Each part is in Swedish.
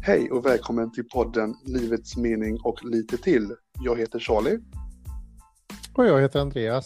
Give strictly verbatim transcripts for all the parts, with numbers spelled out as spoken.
Hej och välkommen till podden Livets mening och lite till. Jag heter Charlie. Och jag heter Andreas.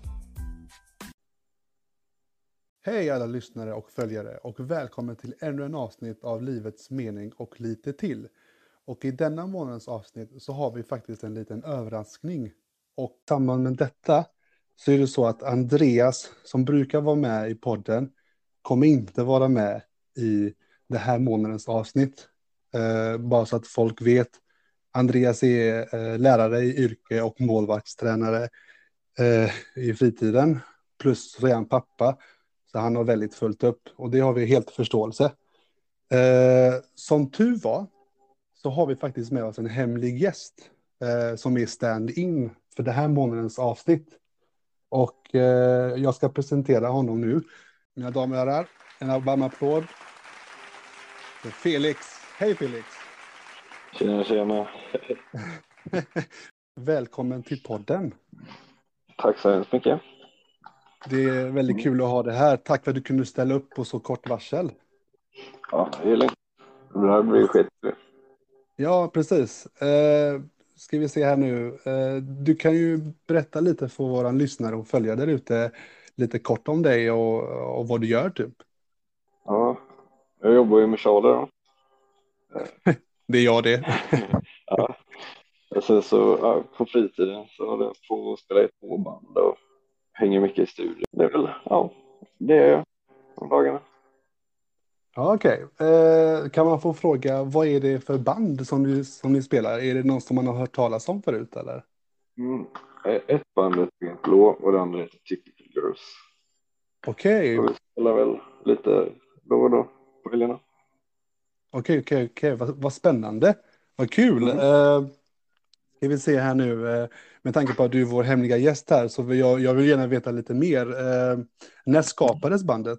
Hej alla lyssnare och följare och välkommen till ännu en avsnitt av Livets mening och lite till. Och i denna månadens avsnitt så har vi faktiskt en liten överraskning. Och i samband med detta så är det så att Andreas som brukar vara med i podden kommer inte vara med i det här månadens avsnitt. Uh, bara så att folk vet. Andreas är uh, lärare i yrke och målvaktstränare uh, i fritiden. Plus så är han pappa. Så han har väldigt fullt upp. Och det har vi helt förståelse. Uh, som tur var så har vi faktiskt med oss en hemlig gäst. Uh, som är stand-in för det här månadens avsnitt. Och uh, jag ska presentera honom nu. Mina damer och herrar, en varm applåd. Felix. Hej Felix. Tjena, tjena. Välkommen till podden. Tack så hemskt mycket. Det är väldigt kul att ha det här. Tack för att du kunde ställa upp på så kort varsel. Ja, det är länge. Det här blir skit. Ja, precis. Eh, ska vi se här nu. Eh, du kan ju berätta lite för våra lyssnare och följare där ute. Lite kort om dig och, och vad du gör typ. Ja, jag jobbar ju med Charlie då. Det är jag det. Ja. Och sen så ja, på fritiden så håller jag på att spela i två band och hänger mycket i studion. Det är väl, ja, det är jag de dagarna. Ja, okej. Okay. Eh, kan man få fråga, vad är det för band som ni, som ni spelar? Är det någon som man har hört talas om förut eller? Mm. Ett band heter Blå och det andra heter Typical Girls. Okej. Okay. Vi spelar väl lite då och då på helgerna. Okej, okej, okej. Vad, vad spännande. Vad kul. Mm. Uh, ska vi se här nu. Uh, med tanke på att du är vår hemliga gäst här så vill jag, jag vill gärna veta lite mer. Uh, när skapades bandet?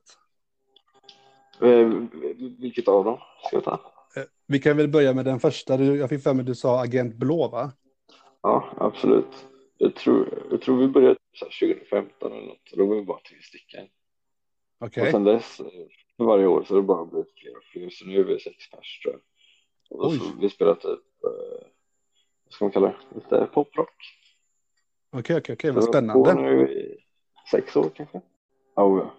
Uh, vilket av dem ska jag ta? Uh, vi kan väl börja med den första. Du, jag fick för mig att du sa Agent Blå, va? Ja, absolut. Jag tror, jag tror vi började tjugo femton eller något. Då var vi bara tre stycken. Okej. Okay. Och sen dess, för varje år så har det bara blivit fler och fler. Så nu är vi sex pers tror jag. Och så vi spelar typ, eh, vad ska man kalla det? Lite poprock. Okej, okej, okej. Vad spännande. Nu är vi sex år kanske. Oh, ja.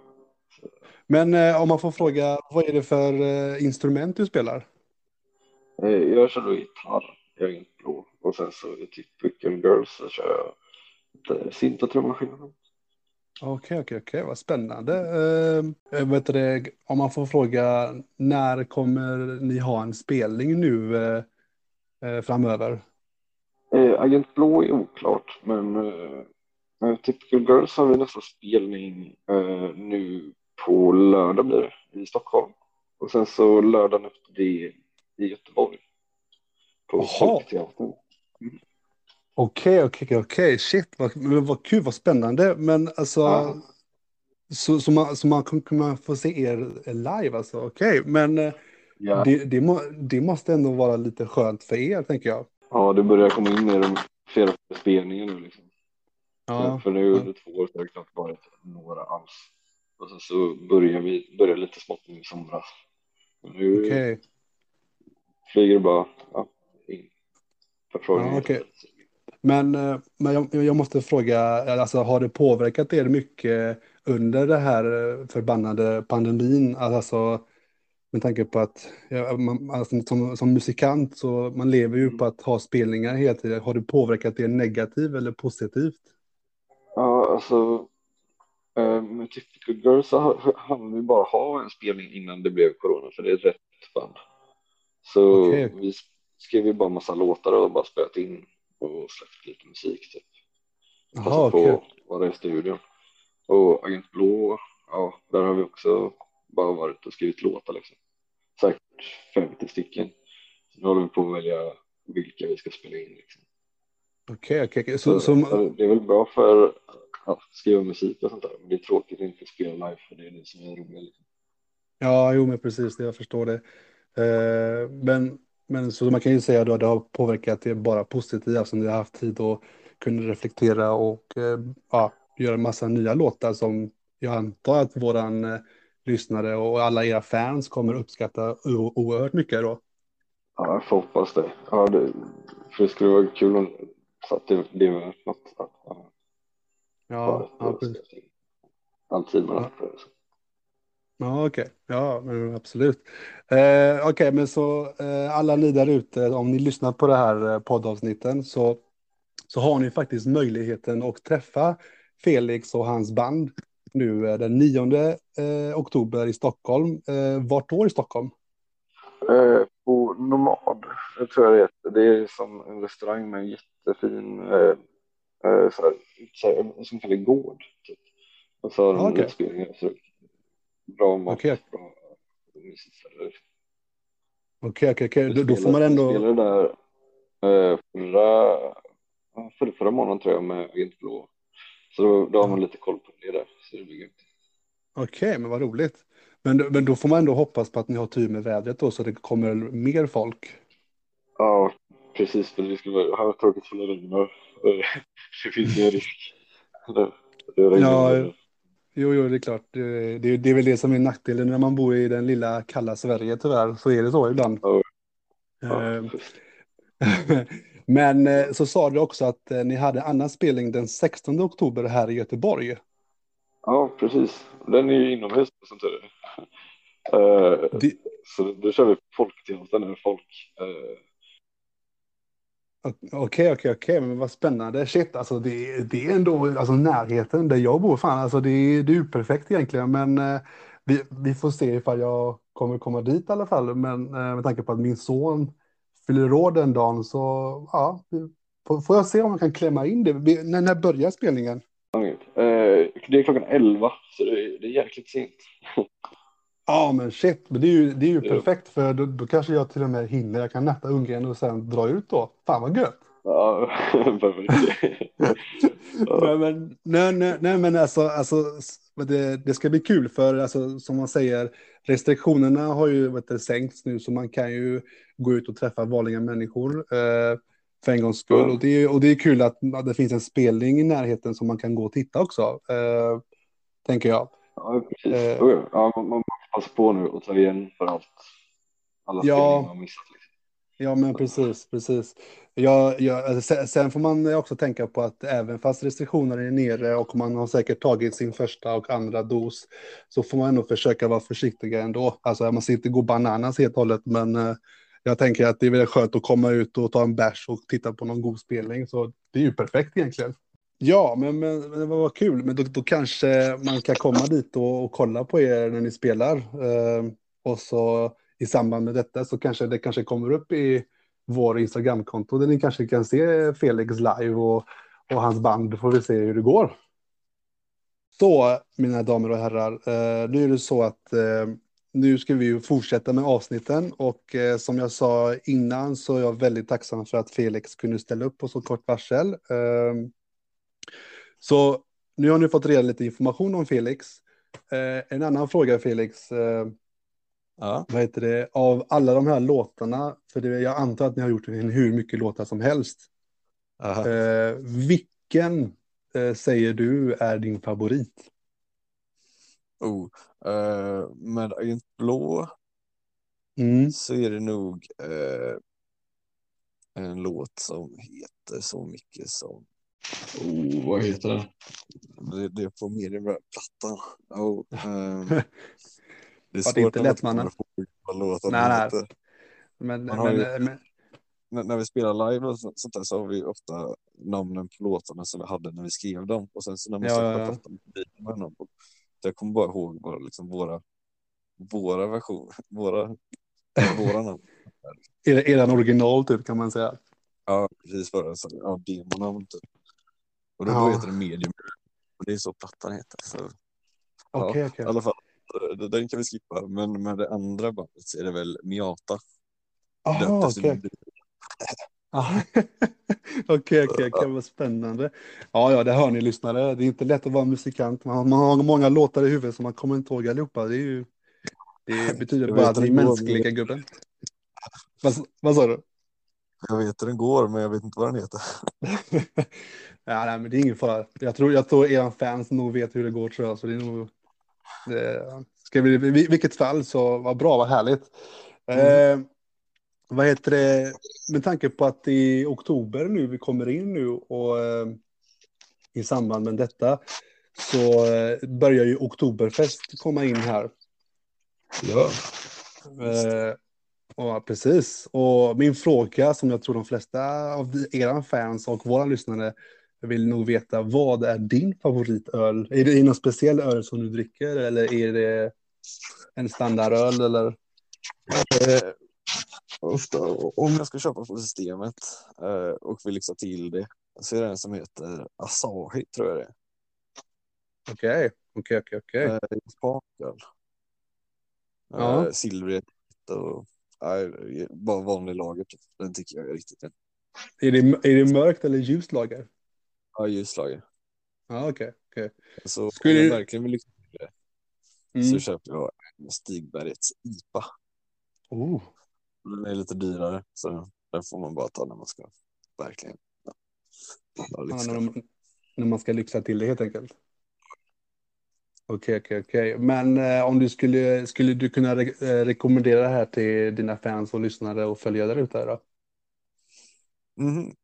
Men eh, om man får fråga, vad är det för eh, instrument du spelar? Eh, jag kör då gitarr. Jag är inte blå. Och sen så är Typical Girls så kör jag lite synt och trummaskiner. Okej, okej, okej. Vad spännande. Uh, vet du, om man får fråga, när kommer ni ha en spelning nu uh, uh, framöver? Uh, Agent Blå är oklart, men uh, Typical Girls har vi nästa spelning uh, nu på lördag blir det, i Stockholm. Och sen så lördagen efter det i Göteborg. På Folketeatern. Mm. Okej, okej, okej. Shit, vad, vad kul, vad spännande. Men alltså, ja. så, så, man, så man kommer få se er live alltså. Okej, men ja. det, det, må, det måste ändå vara lite skönt för er, tänker jag. Ja, det börjar komma in i de flera spelningar nu liksom. Ja. För nu under två år så har det knappt varit några alls. Och sen så börjar vi börjar lite smått i somras. Och nu okay. flyger det bara ja, in. Ja, okay. Men, men jag, jag måste fråga, alltså, har det påverkat er mycket under det här förbannade pandemin? Alltså med tanke på att ja, man, alltså, som, som musikant så man lever ju mm. på att ha spelningar hela tiden. Har det påverkat er negativt eller positivt? Ja, alltså med Typical Girls så hann vi bara ha en spelning innan det blev corona, för det är ett rätt band. Så okay. vi skrev ju bara massa låtar och bara spelat in och släppt lite musik typ. Passat på att vara i studion. Och Agent Blå, ja, där har vi också bara varit och skrivit låtar liksom. Säkert femtio stycken. Så nu håller vi på att välja vilka vi ska spela in liksom. Okej, okay, okej. Okay. Så, så, så det är väl bra för att skriva musik och sånt där. Men det är tråkigt att inte spela live, för det är det som är roligt liksom. Ja, jo men precis, det jag förstår det. Eh, men, men så man kan ju säga då att det har påverkat det bara positivt, alltså ni har haft tid att kunna reflektera och eh, ja, göra en massa nya låtar som jag antar att våran eh, lyssnare och alla era fans kommer uppskatta o- oerhört mycket då. Ja, jag får hoppas det. Ja, det, för det skulle vara kul om så att det, det var något att ja, Ja, bara ja, att precis. spela till. All tid man har Ja, för det. Så. ja okej. Ja, men absolut. Eh, okej, men så eh, alla ni där ute, om ni lyssnar på det här eh, poddavsnitten så, så har ni faktiskt möjligheten att träffa Felix och hans band nu eh, den nionde eh, oktober i Stockholm. Eh, vart då i Stockholm? Eh, på Nomad, det tror jag det heter. Det är som en restaurang med en jättefin eh, eh, så här, så här, som kallar gård. Typ. Och så har Ja, de okej. utspelningar, så bra mat, Okej, bra mysigt ställe. okej, okej. okej. Vi Då, då får man spelade, vi ändå... spelade där eh, förra, ja, förra, förra månaden tror jag med Agent Blå. Så då, då har man Ja, lite koll på det där. Så det blir gött. okej, men vad roligt. Men, men då får man ändå hoppas på att ni har tur med vädret då så det kommer mer folk. Ja, precis. För det skulle vara här tråkigt för det regnar. Eh, Det finns ingen risk. Det, det regnar Ja, mer. jo, jo, det är klart. Det, det, det är väl det som är nackdelen när man bor i den lilla kalla Sverige tyvärr. Så är det så ibland. Ja, ja, Eh, just. Men eh, så sa du också att eh, ni hade annan spelning den sextonde oktober här i Göteborg. Ja, precis. Den är ju inomhus på sånt där. Eh, Det- så då kör vi folkteatern när folk. Eh, Okej, okej, okej, men vad spännande. Shit, alltså det, det är ändå alltså, närheten där jag bor. Fan, alltså det, är- det är ju perfekt egentligen. Men eh, vi, vi får se ifall jag kommer komma dit i alla fall. Men eh, med tanke på att min son fyller år den dagen så ja, vi- får, får jag se om jag kan klämma in det. Vi, när, när börjar spelningen? eh, det är klockan elva, så det är, det är jäkligt sent. Ja, men shit, men det är ju, det är ju Det, perfekt för då, då kanske jag till och med hinner. Jag kan natta ungen och sen dra ut då. Fan vad gött. ja, perfekt. Ja, Nej men, nej, nej, nej, men alltså, alltså s- det, det ska bli kul för alltså, som man säger, restriktionerna har ju vet du, sänkts nu så man kan ju gå ut och träffa vanliga människor eh, för en gångs skull. ja, Och det, är, och det är kul att att det finns en spelning i närheten som man kan gå och titta också, eh, tänker jag. ja, precis. Eh, Jo, ja, ja, man, man måste passa på nu och ta igen för allt. Alla spelningar man ja, har missat. Liksom. Ja, men precis, precis. Ja, ja, alltså, sen, sen får man också tänka på att även fast restriktionerna är nere och man har säkert tagit sin första och andra dos så får man ändå försöka vara försiktiga ändå. Alltså man ska inte gå bananas helt och hållet, men eh, jag tänker att det är väldigt skönt att komma ut och ta en bärs och titta på någon god spelning, så det är ju perfekt egentligen. Ja, men, men, men det var kul. Men då, då kanske man kan komma dit och, och kolla på er när ni spelar. Eh, och så i samband med detta så kanske det kanske kommer upp i vår Instagramkonto där ni kanske kan se Felix live och, och hans band. Då får vi se hur det går. Så, mina damer och herrar, eh, nu är det så att eh, nu ska vi ju fortsätta med avsnitten och eh, som jag sa innan så är jag väldigt tacksam för att Felix kunde ställa upp på så kort varsel. Eh, Så nu har ni fått reda lite information om Felix. Eh, en annan fråga Felix, eh, Ja. vad heter det, av alla de här låtarna, för det, jag antar att ni har gjort en hur mycket låtar som helst. Aha. Eh, vilken eh, säger du är din favorit? Oh. eh, med Agent Blå Mm. så är det nog eh, en låt som heter så mycket som... Oh, vad heter den? Det, det är på mediumplattan. Oh, ehm, det är Ja, det är svårt inte när man lätt inte kommer mannen. ihåg vad låten Nej, nej. heter. Men, Man har men, ju, men, när, när vi spelar live och så- sånt där så har vi ofta namnen på låtarna som vi hade när vi skrev dem. Och sen så när man ja, ja, släpper ja. plattan blir det med någon. Jag kommer bara ihåg bara, liksom, våra, våra versioner, våra, ja, våra namn. Er, eran original typ kan man säga. Ja, precis för så, ja, demonamn typ. Och då, då Ja, heter det medium. Och det är så plattan heter. Så, ja, okej, i okej. alla fall. det- Den kan vi skippa. Men med det andra bandet så är det väl Miata. Döpt Jaha, efter min okej. bil. Ja. Okej, okej, Ja, okej, vad spännande. Ja, ja, det hör ni lyssnare. Det är inte lätt att vara musikant. Man har, man har många låtar i huvudet som man kommer inte ihåg allihopa. Det, är ju, det betyder jag bara vet att hur ni är den går. Men mänskliga, gubben. Vad, vad sa du? jag vet hur den går, men jag vet inte vad den heter. Ja, nej, men det är ingen fara. Jag tror, jag tror era fans nog vet hur det går, tror jag. Så det är nog... Det, ska vi, i vilket fall så, vad bra, vad härligt. Mm. Eh, vad heter det, med tanke på att i oktober nu, vi kommer in nu och eh, i samband med detta så eh, börjar ju Oktoberfest komma in här. Ja. Eh, och precis. Och min fråga som jag tror de flesta av era fans och våra lyssnare vill nog veta, vad är din favoritöl? Är det någon speciell öl som du dricker eller är det en standardöl eller? Eh, ofta, om jag ska köpa på systemet eh, och vill lyxa till det, så är det en som heter Asahi, tror jag det är. Okej, okej, okej, okej. Eh, Japansöl. Ja. Eh, silvret och eh, bara vanlig lager. Den tycker jag är riktigt fin. Är det, är det mörkt eller ljust lager? Ja, ljuslager. Ja, okej, okej. Så Skulle om jag du- verkligen vill lyxa till det Mm. så köper jag en Stigbergets I P A. Oh. Den är lite dyrare, så den får man bara ta när man ska verkligen ja, bara Ja, lyxa. när, man, när man ska lyxa till det helt enkelt. Okej, okej, okej. Men eh, om du skulle, skulle du kunna re- eh, rekommendera det här till dina fans och lyssnare och följare där ute då? Mhm.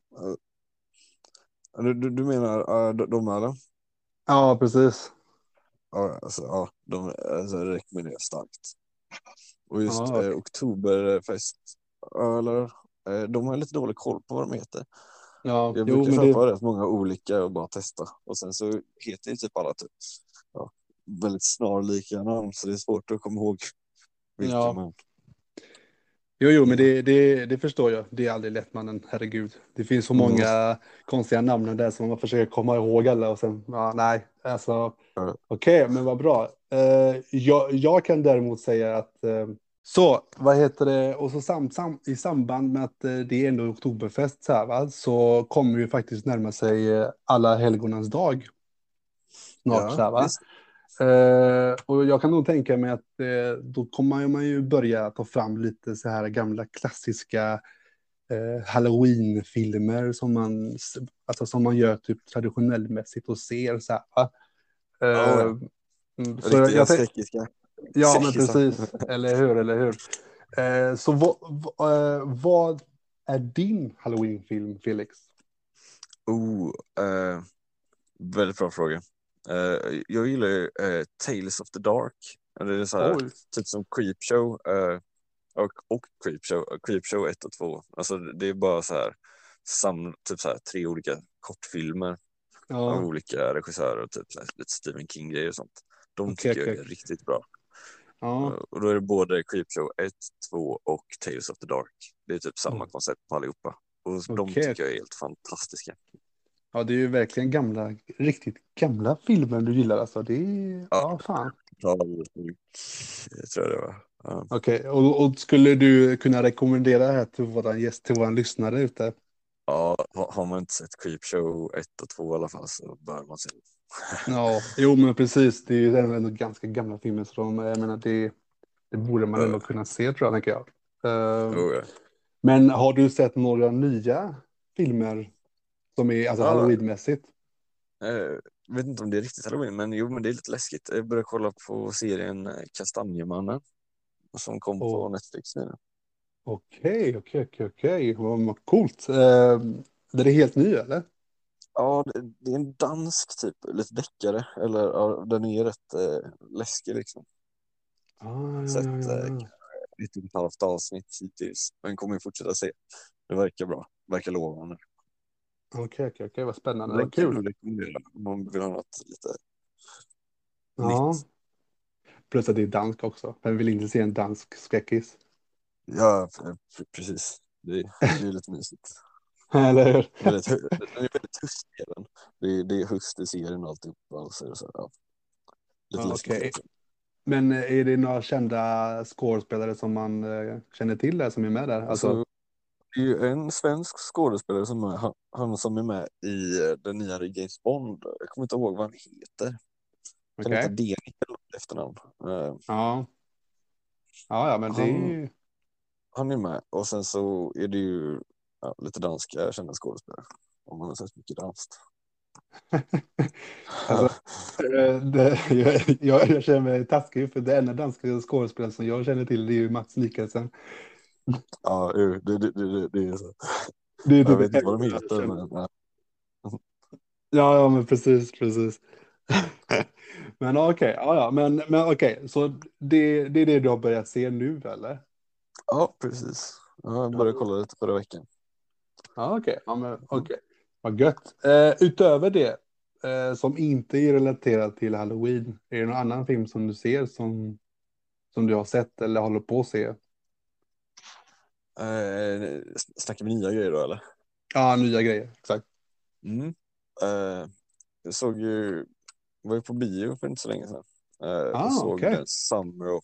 Ja, Du, du, du menar uh, de, de här? Ja, precis. Ja, alltså, ja, de alltså, rekommenderar jag starkt. Och just Ja, okej. eh, Oktoberfestöler, eh, de har lite dålig koll på vad de heter. Ja, Jag jo, brukar men köpa det, rätt många olika och bara testa. Och sen så heter ju typ alla typ ja, väldigt snarlika namn, så det är svårt att komma ihåg vilka ja. man Jo, jo, men gillar. det, det, det förstår jag. Det är aldrig lätt, mannen. Herregud. Det finns så Mm. många konstiga namn där som man försöker komma ihåg alla och sen, ja, nej, alltså, Ja. okej, men vad bra. Eh, jag, jag kan däremot säga att, eh, så, vad heter det, och så sam, sam, i samband med att eh, det är ändå Oktoberfest så här, va, så kommer ju faktiskt närma sig eh, alla helgonans dag snart så här, Ja, va. visst. Eh, och jag kan nog tänka mig att eh, då kommer man ju börja ta fram lite så här gamla klassiska eh, Halloween-filmer som man, alltså som man gör typ traditionellmässigt och ser så här, va? Ja, Eh, ja. mm, så jag, Riktiga jag tänk- skräckiska. ja, men skräckisar. precis, eller hur, eller hur. Eh, så vad, vad, eh, vad är din Halloween-film, Felix? Oh, eh, väldigt bra fråga. Eh, jag gillar ju eh, Tales of the Dark. Det är så här, Oj, typ som Creepshow eh, och, och Creepshow. Creepshow ett och två. Alltså det är bara så här, sam, typ så här tre olika kortfilmer av ja, olika regissörer och typ så här, lite Stephen King-grejer och sånt. De okej, tycker jag okej. är riktigt bra. Ja, Eh, och då är det både Creepshow ett, två och Tales of the Dark. Det är typ samma Mm. koncept på allihopa. Och de Okej. tycker jag är helt fantastiska. ja, det är ju verkligen gamla, riktigt gamla filmer du gillar alltså. Det är, Ja. ja, fan. Ja, jag tror jag det var. Ja. Okej, och, och skulle du kunna rekommendera det här till våran gäst, till våran lyssnare ute? Ja, har har man inte sett Creepshow ett och två i alla fall så bör man se det. Ja, jo men precis. Det är ju ändå ganska gamla filmer så de, jag menar det, det borde man ändå kunna se tror jag, tänker jag. Eh, Jo, ja. men har du sett några nya filmer som är alltså Ja. Halloween-mässigt? Jag vet inte om det är riktigt Halloween, men jo, men det är lite läskigt. Jag började kolla på serien eh, Kastanjemannen som kom på Åh. Netflix nu. Okej, okej, okej, okej. Vad vad coolt. Eh, det är helt ny eller? Ja, det, det är en dansk typ, lite deckare. Eller ja, den är rätt eh, läskig liksom. Ah, ja, Sett ja, ja, eh, ja. ett och ett halvt avsnitt hittills. Men kommer ju fortsätta se. Det verkar bra. Verkar lovande. Okej, okej, okej, vad spännande, Den vad kan kul. jag rekommendera om man vill ha något lite Ja, nytt. plus att det är dansk också. Vem vill inte se en dansk skräckis? Ja, p- precis. Det, det är lite mysigt. Eller hur? Väldigt, hö- den är väldigt höstig. Den. Det, är- det är höst i serien och alltihopa. Och så är det så, ja. Lite Ja, läskigt. okej. Också. Men eh, är det några kända skådespelare som man eh, känner till där som är med där? Alltså, Alltså, det är ju en svensk skådespelare som är, han, han som är med i eh, den nya James Bond. Jag kommer inte ihåg vad han heter. Kan okej. heta Daniel efternamn. Eh, Ja. Ja, ja, men det är han, ju... han är med. Och sen så är det ju ja, lite danska kända skådespelare. Om man har sett mycket danskt. Alltså, eh, det, jag, jag, jag känner mig taskig för det enda danska skådespelaren som jag känner till det är ju Mats Mikkelsen. Ja, jo, det, det, det, det är så. Det är Jag typ vet inte vad de enda jag heter, känner. men ja. Ja, ja, men precis, precis. Men okej, ja, ja, men, men okej, så det, det är det du har börjat se nu, eller? Ja, precis. Ja, jag började Ja, kolla lite förra veckan. ja okej, ja, men Mm. okej. Vad gött. Eh, utöver det, eh, som inte är relaterat till Halloween, är det någon annan film som du ser som, som du har sett eller håller på att se? Eh, snackar vi nya grejer då, eller? Ja, nya grejer, exakt. Mm. Eh, jag såg ju, var ju på bio för inte så länge sedan. Eh, och Ah, såg okej. den Summer of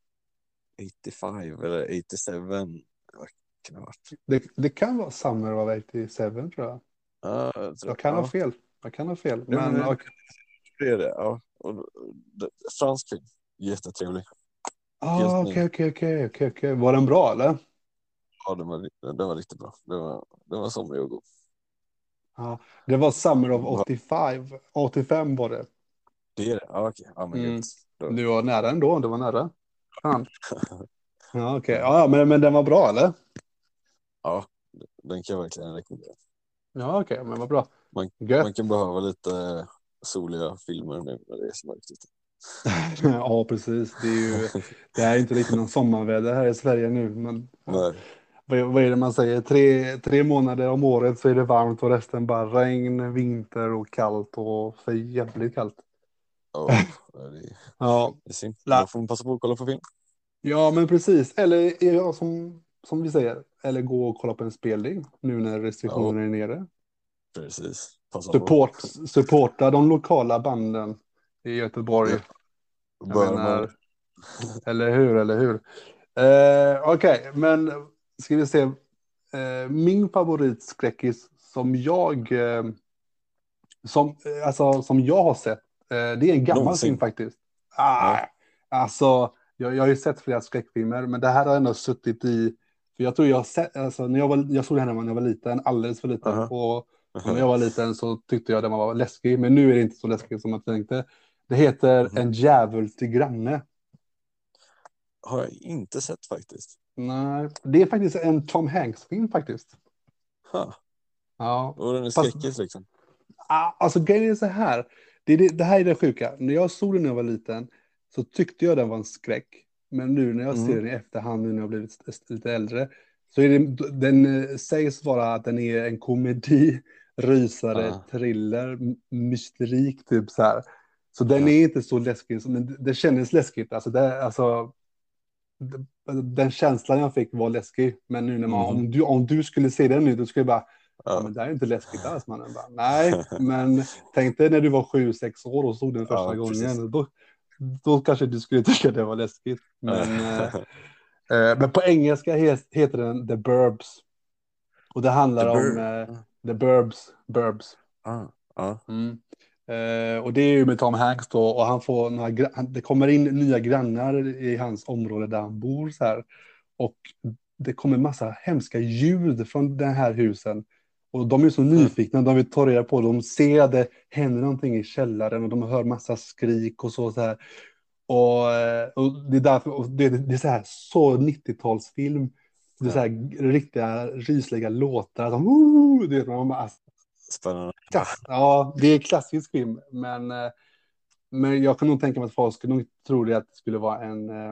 åttiofem eller åttiosju. Vad kan det ha varit? Det, det kan vara Summer of åttiosju, tror jag. Ja, jag tror, Jag kan ha ja. fel. Jag kan ha fel, Nej, men men det okej. det är det. Ja. Och, det, fransk film. Jättetrevlig. Helt Ah, ny. okej, okej, okej, okej, okej. Var den bra, eller? Ja, den var, den var riktigt bra. Den var, den var somrig och god. Ja, det var Summer of Va- åttiofem. åttiofem var det. Det är det? Ja, okej. Ja, men Mm. gött. Då. Du var nära ändå, du var nära. Fan. Ja, okej. Ja, Ja, ja, men, men den var bra, eller? ja, den kan jag verkligen rekommendera. Ja, okej, men vad bra. Man, man Gött. kan behöva lite soliga filmer nu när det är så mörkt ute. Ja, precis. Det är ju, det är inte riktigt någon sommarväder här i Sverige nu, men ja. Nej. Vad, vad är det man säger? Tre, tre månader om året så är det varmt och resten bara regn, vinter och kallt och för jävligt kallt. Oh, det är, Ja, det är synd. la, Då får man passa på att kolla på film. ja, men precis. Eller ja, som, som vi säger, eller gå och kolla på en spelning nu när Ja, restriktionerna är nere. precis. Passa på. Support, supporta de lokala banden i Göteborg. Det Jag bör man. menar, eller hur, eller hur? Eh, Okej, men ska vi se. Eh, min favoritskräckis som jag, eh, som, eh, alltså, som jag har sett, eh, det är en gammal film Någonsin. faktiskt. Ja. Ah, alltså, jag, jag har ju sett flera skräckfilmer, men det här har ändå suttit i, för jag tror jag har sett, alltså, när jag, var, jag såg den här när jag var liten, alldeles för liten, Aha. och, och när jag var liten så tyckte jag den var läskig, men nu är det inte så läskigt som jag tänkte. Det heter Mhm. En djävul till granne. Har jag inte sett faktiskt. Nej, det är faktiskt en Tom Hanks-film faktiskt. Ha. Ja, Och den är fast, skräckis liksom. ah, alltså grejen är så här. Det, är det, det här är det sjuka. När jag såg den när jag var liten så tyckte jag den var en skräck. Men nu när jag ser Mm. den i efterhand, nu när jag har blivit lite äldre, så är det, den eh, sägs vara att den är en komedi, rysare, Ja. thriller, m- mysterik, typ så här. Så den Ja. är inte så läskig, men det, det kändes läskigt. Alltså, det, alltså, d- den känslan jag fick var läskig. Men nu när man, Mhm. om du, om du skulle se den nu, då skulle jag bara, ja, men Ja. det här är inte läskigt alls, mannen. Bara, nej, men tänk dig när du var sju, sex år och såg den första Ja, precis. gången. Då, då kanske du skulle tycka det var läskigt. Men, eh, eh, men på engelska he- heter den The Burbs. Och det The handlar om Bird. eh, The Burbs. Burbs. Ja. Ja. Mm. Eh, och det är ju med Tom Hanks då, och han får några, gra- han- det kommer in nya grannar i hans område där han bor så här. Och det kommer massa hemska ljud från den här husen. Och de är så nyfikna, de vill ta reda på det. De ser att det händer någonting i källaren och de hör massa skrik och så, så här. Och, eh, och det är därför, och det, det är så här, så nittiotalsfilm. Det är så Ja. här riktiga rysliga låtar. Som, "Woo!" det, man bara, alltså, Spännande. klass, ja, det är klassisk film, men, eh, men jag kan nog tänka mig att folk skulle nog tro det att det skulle vara en, eh,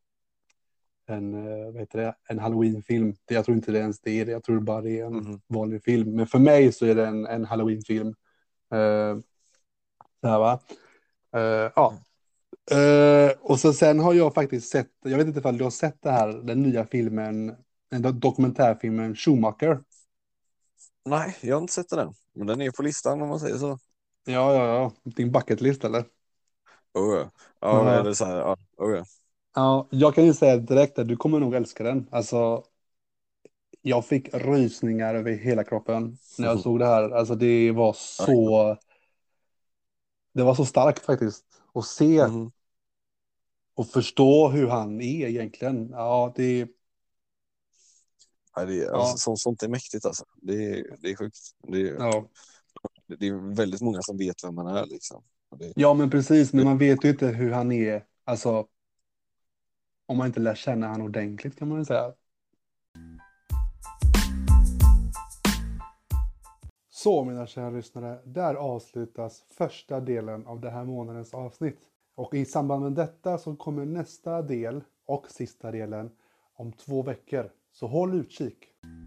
en, eh, vad heter det, en Halloween-film. Det- Jag tror inte det ens det är det. Jag tror bara det är en Mhm. vanlig film. Men för mig så är det en, en Halloween-film. Eh, så här, va? Eh, ja. Eh, och så sen har jag faktiskt sett, jag vet inte ifall du har sett det här, den nya filmen, den do- dokumentärfilmen Schumacher. Nej, jag har inte sett den än. Men den är på listan om man säger så. Ja, ja, ja. Din bucketlist eller? Oh, ja. Ja, Ja. eller så här. Ja. Oh, ja. Ja, jag kan ju säga direkt att du kommer nog älska den. Alltså, jag fick rysningar över hela kroppen när jag såg det här. Alltså det var så, det var så starkt faktiskt. Att se Mhm. och förstå hur han är egentligen. Ja, det, Ja, det är, alltså, ja, så, sånt är mäktigt alltså. Det är, det är sjukt. Det är, ja. det är väldigt många som vet vem man är liksom. Och Det, Ja, men precis. Men det, man vet ju inte hur han är. Alltså, om man inte lär känna han ordentligt kan man ju säga. Så mina kära lyssnare, där avslutas första delen av det här månadens avsnitt. Och i samband med detta så kommer nästa del och sista delen om två veckor. Så håll utkik!